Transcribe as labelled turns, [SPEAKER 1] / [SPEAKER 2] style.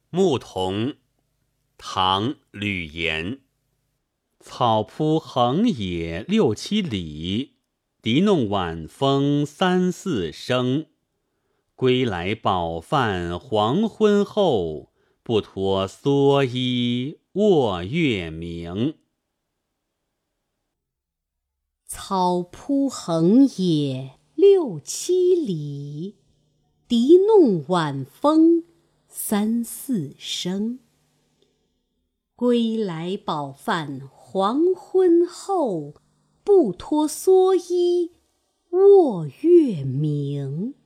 [SPEAKER 1] 牧童，唐·吕岩。草铺横野六七里，笛弄晚风三四声。归来饱饭黄昏后，不脱蓑衣卧月明。
[SPEAKER 2] 草铺横野六七里，笛弄晚风三四声。归来饱饭黄昏后，不脱蓑衣卧月明。